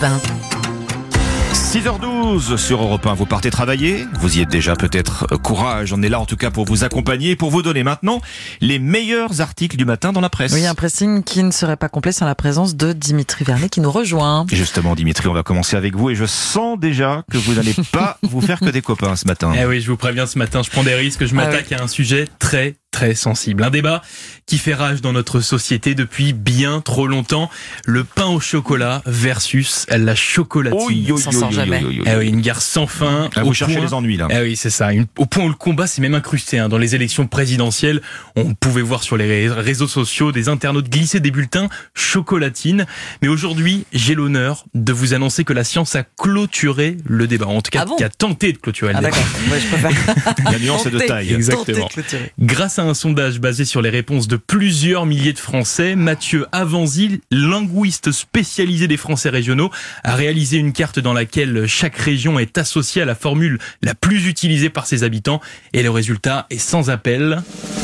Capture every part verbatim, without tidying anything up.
un. six heures douze sur Europe un, vous partez travailler, vous y êtes déjà peut-être, courage, on est là en tout cas pour vous accompagner et pour vous donner maintenant les meilleurs articles du matin dans la presse. Oui, un pressing qui ne serait pas complet sans la présence de Dimitri Vernet qui nous rejoint. Justement Dimitri, on va commencer avec vous et je sens déjà que vous n'allez pas vous faire que des copains ce matin. Eh oui, je vous préviens, ce matin je prends des risques, je m'attaque ah oui. à un sujet très très sensible. Un débat qui fait rage dans notre société depuis bien trop longtemps. Le pain au chocolat versus la chocolatine. Oui, oui, S'en sort jamais. oui, oui, oui. Eh oui, une guerre sans fin. Ah, au vous cherchez point... les ennuis là. Eh oui, c'est ça. Une... Au point où le combat s'est même incrusté. Hein. Dans les élections présidentielles, on pouvait voir sur les réseaux sociaux des internautes glisser des bulletins chocolatine. Mais aujourd'hui, j'ai l'honneur de vous annoncer que la science a clôturé le débat. En tout cas, ah bon qui a tenté de clôturer ah, le débat. D'accord. Ouais, je préfère. La nuance est de taille. Exactement. Grâce à un sondage basé sur les réponses de plusieurs milliers de Français, Mathieu Avanzi, linguiste spécialisé des Français régionaux, a réalisé une carte dans laquelle chaque région est associée à la formule la plus utilisée par ses habitants. Et le résultat est sans appel.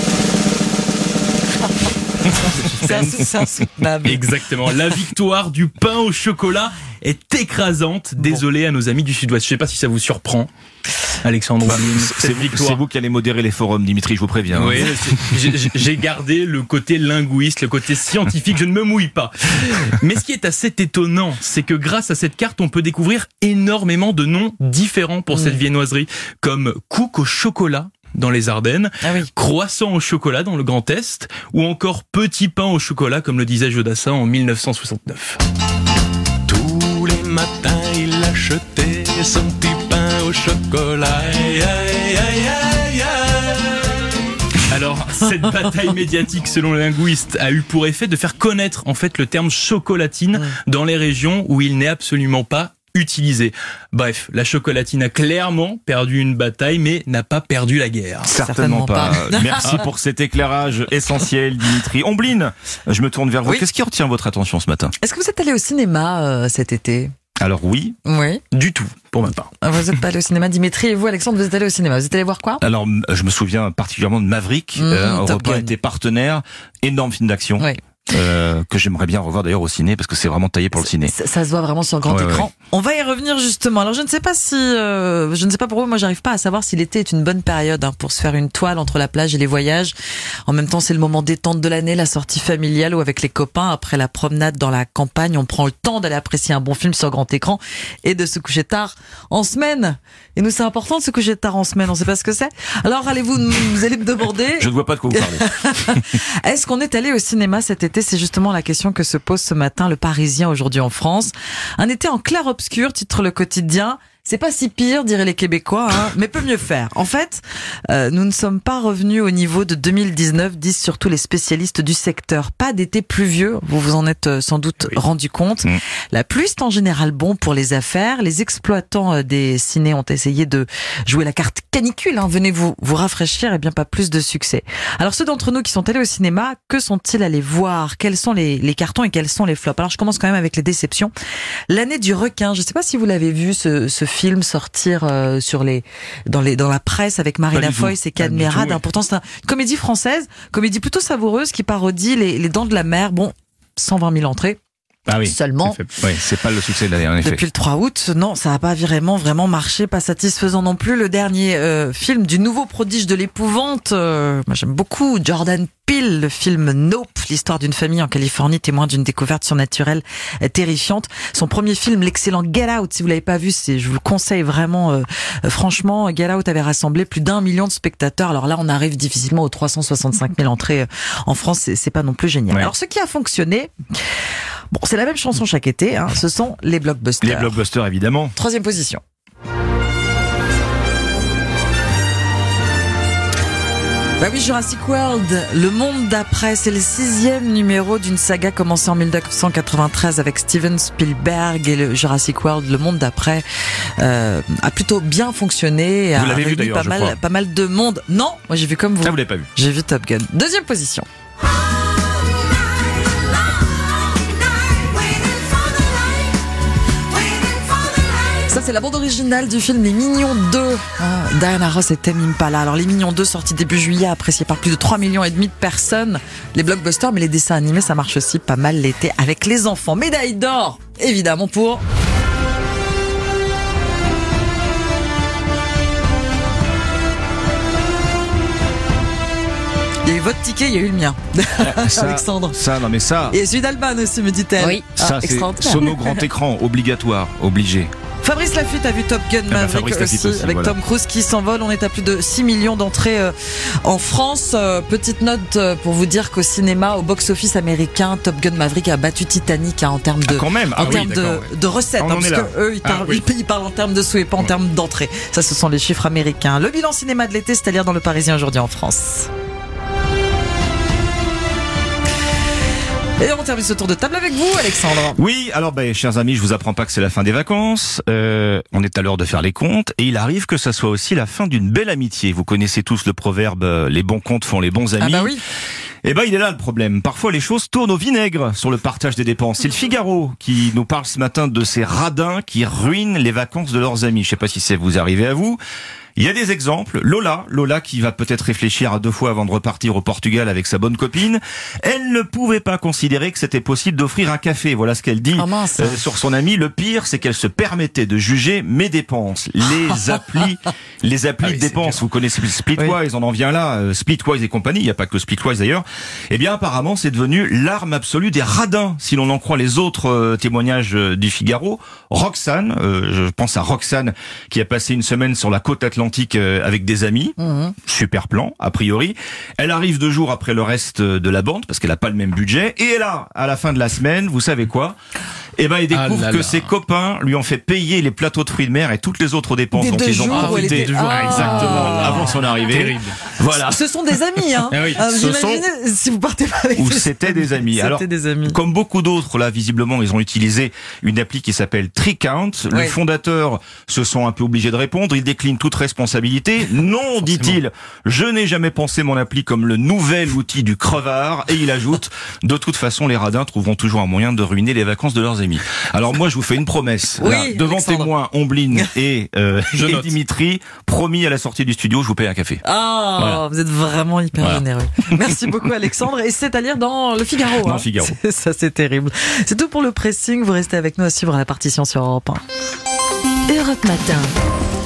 C'est insoutenable. Exactement. La victoire du pain au chocolat est écrasante. Désolé bon. à nos amis du Sud-Ouest. Je ne sais pas si ça vous surprend, Alexandre. Bah, c'est, vous, c'est vous qui allez modérer les forums, Dimitri, je vous préviens. Oui, j'ai, j'ai gardé le côté linguiste, le côté scientifique. Je ne me mouille pas. Mais ce qui est assez étonnant, c'est que grâce à cette carte, on peut découvrir énormément de noms différents pour mmh. cette viennoiserie, comme Cook au chocolat dans les Ardennes, ah oui. croissant au chocolat dans le Grand Est, ou encore petit pain au chocolat, comme le disait Jodassin en dix-neuf cent soixante-neuf. Tous les matins, il achetait son petit pain au chocolat. Aïe, aïe, aïe, aïe, aïe. Alors, cette bataille médiatique, selon les linguistes, a eu pour effet de faire connaître en fait le terme chocolatine mmh. dans les régions où il n'est absolument pas utilisé. Bref, la chocolatine a clairement perdu une bataille, mais n'a pas perdu la guerre. Certainement, Certainement pas. pas. Merci pour cet éclairage essentiel, Dimitri. Ombline, je me tourne vers vous. Oui. Qu'est-ce qui retient votre attention ce matin ? Est-ce que vous êtes allé au cinéma euh, cet été ? Alors oui. Oui. Du tout, pour ma part. Vous n'êtes pas allé au cinéma, Dimitri, et vous, Alexandre, vous êtes allé au cinéma. Vous êtes allé voir quoi ? Alors, je me souviens particulièrement de Maverick. Mmh, euh, Europe un était partenaire. Énorme film d'action. Oui. Euh, que j'aimerais bien revoir d'ailleurs au ciné parce que c'est vraiment taillé pour le ciné. Ça, ça se voit vraiment sur le grand ouais, écran. Ouais. On va y revenir justement. Alors je ne sais pas si, euh, je ne sais pas pour vous, moi j'arrive pas à savoir si l'été est une bonne période hein, pour se faire une toile entre la plage et les voyages. En même temps, c'est le moment détente de l'année, la sortie familiale ou avec les copains après la promenade dans la campagne, on prend le temps d'aller apprécier un bon film sur grand écran et de se coucher tard en semaine. Et nous, c'est important de se coucher tard en semaine. On ne sait pas ce que c'est. Alors allez-vous, vous allez me demander. Je ne vois pas de quoi vous parlez. Est-ce qu'on est allé au cinéma cet été ? C'est justement la question que se pose ce matin le Parisien aujourd'hui en France. Un été en clair-obscur, titre le quotidien. C'est pas si pire, diraient les Québécois, hein, mais peut mieux faire. En fait, euh, nous ne sommes pas revenus au niveau de deux mille dix-neuf, disent surtout les spécialistes du secteur. Pas d'été pluvieux, vous vous en êtes sans doute oui. rendu compte. Mmh. La pluie, c'est en général bon pour les affaires. Les exploitants des cinés ont essayé de jouer la carte canicule. Hein. Venez vous vous rafraîchir, et bien pas plus de succès. Alors ceux d'entre nous qui sont allés au cinéma, que sont-ils allés voir ? Quels sont les, les cartons et quels sont les flops ? Alors je commence quand même avec les déceptions. L'année du requin, je ne sais pas si vous l'avez vu, ce, ce film sortir euh, sur les dans les dans la presse avec Marina Foïs et Cadmerade. Oui. Pourtant c'est une comédie française, comédie plutôt savoureuse qui parodie les, les Dents de la Mer. Bon, cent vingt mille entrées. Ah oui, seulement. C'est, oui, c'est pas le succès de l'année, en effet. Depuis le trois août, non, ça n'a pas vraiment, vraiment marché, pas satisfaisant non plus. Le dernier euh, film du nouveau prodige de l'épouvante, euh, moi j'aime beaucoup, Jordan Peele, le film Nope, l'histoire d'une famille en Californie témoin d'une découverte surnaturelle euh, terrifiante. Son premier film, l'excellent Get Out, si vous l'avez pas vu, c'est, je vous le conseille vraiment. Euh, euh, franchement, Get Out avait rassemblé plus d'un million de spectateurs. Alors là, on arrive difficilement aux trois cent soixante-cinq mille entrées euh, en France, c'est, c'est pas non plus génial. Ouais. Alors ce qui a fonctionné. Bon, c'est la même chanson chaque été, hein. Ce sont les blockbusters. Les blockbusters, évidemment. Troisième position. Bah oui, Jurassic World, le monde d'après, c'est le sixième numéro d'une saga commencée en dix-neuf cent quatre-vingt-treize avec Steven Spielberg et le Jurassic World, le monde d'après, euh, a plutôt bien fonctionné. Vous l'avez vu d'ailleurs, pas je mal, crois. Pas mal de monde. Non, moi j'ai vu comme vous. Ah, vous l'avez pas vu. J'ai vu Top Gun. Deuxième position. Ça, c'est la bande originale du film Les Mignons deux. Ah, Diana Ross et Tame Impala. Alors, Les Mignons deux, sorti début juillet, apprécié par plus de trois millions et demi de personnes. Les blockbusters, mais les dessins animés, ça marche aussi pas mal l'été avec les enfants. Médaille d'or, évidemment, pour... Il y a eu votre ticket, il y a eu le mien. Ça, Alexandre. Ça, non mais ça. Et celui d'Alban aussi, me dit-elle. Oui. Ça, Ah, c'est extraordinaire. sono grand écran, obligatoire, obligé. Fabrice Lafitte a vu Top Gun ben, Maverick Fabrice Lafitte aussi, aussi, avec voilà. Tom Cruise qui s'envole. On est à plus de six millions d'entrées euh, en France. Euh, petite note euh, pour vous dire qu'au cinéma, au box-office américain, Top Gun Maverick a battu Titanic hein, en termes de, Ah, quand même. en Ah oui, termes d'accord, de, de recettes. On hein, en parce est là. que eux, ils, Ah, parlent, oui. ils parlent en termes de sous et pas en termes d'entrées. Ça, ce sont les chiffres américains. Le bilan cinéma de l'été, c'est à lire dans Le Parisien aujourd'hui en France. Et on termine ce tour de table avec vous, Alexandre. Oui, alors ben, chers amis, je vous apprends pas que c'est la fin des vacances. Euh, on est à l'heure de faire les comptes et il arrive que ça soit aussi la fin d'une belle amitié. Vous connaissez tous le proverbe euh, les bons comptes font les bons amis. Ah bah oui. Eh ben, il est là le problème. Parfois, les choses tournent au vinaigre sur le partage des dépenses. C'est le Figaro qui nous parle ce matin de ces radins qui ruinent les vacances de leurs amis. Je sais pas si c'est vous arrivé à vous. Il y a des exemples. Lola, Lola qui va peut-être réfléchir à deux fois avant de repartir au Portugal avec sa bonne copine. Elle ne pouvait pas considérer que c'était possible d'offrir un café. Voilà ce qu'elle dit Oh mince. euh, sur son ami. Le pire, c'est qu'elle se permettait de juger mes dépenses. Les applis, les applis Ah oui, de c'est dépenses. dur. Vous connaissez Splitwise, on en vient là. euh, Splitwise et compagnie. Il n'y a pas que Splitwise d'ailleurs. Eh bien, apparemment, c'est devenu l'arme absolue des radins, si l'on en croit les autres euh, témoignages euh, du Figaro. Roxane, euh, je pense à Roxane, qui a passé une semaine sur la côte atlantique euh, avec des amis. Mmh. Super plan, a priori. Elle arrive deux jours après le reste de la bande, parce qu'elle n'a pas le même budget. Et là, à la fin de la semaine, vous savez quoi ? Eh ben, il découvre Ah là que là. ses copains lui ont fait payer les plateaux de fruits de mer et toutes les autres dépenses Des dont deux ils ont jours où elle profité. était- Deux jours, Ah, exactement, Ah. avant son arrivée. Terrible. Voilà. Ce sont des amis, hein. Ah oui. Ah, vous Ce sont- imaginez si vous partez pas avec Ou des c'était des amis. C'était Alors, des amis. comme beaucoup d'autres, là, visiblement, ils ont utilisé une appli qui s'appelle Tricount. Le Oui. fondateur se sent un peu obligé de répondre. Il décline toute responsabilité. Non, dit-il, je n'ai jamais pensé mon appli comme le nouvel outil du crevard. Et il ajoute, de toute façon, les radins trouveront toujours un moyen de ruiner les vacances de leurs amis. Alors moi, je vous fais une promesse. Oui, Là, devant Alexandre. témoins, Ombline et, euh, Je et note. Dimitri, promis à la sortie du studio, je vous paye un café. Ah, Voilà. vous êtes vraiment hyper Voilà. généreux. Merci beaucoup Alexandre. Et c'est à lire dans Le Figaro. Dans hein. Le Figaro. C'est- Ça c'est terrible. C'est tout pour le pressing. Vous restez avec nous à suivre la partition sur Europe un. Europe Matin.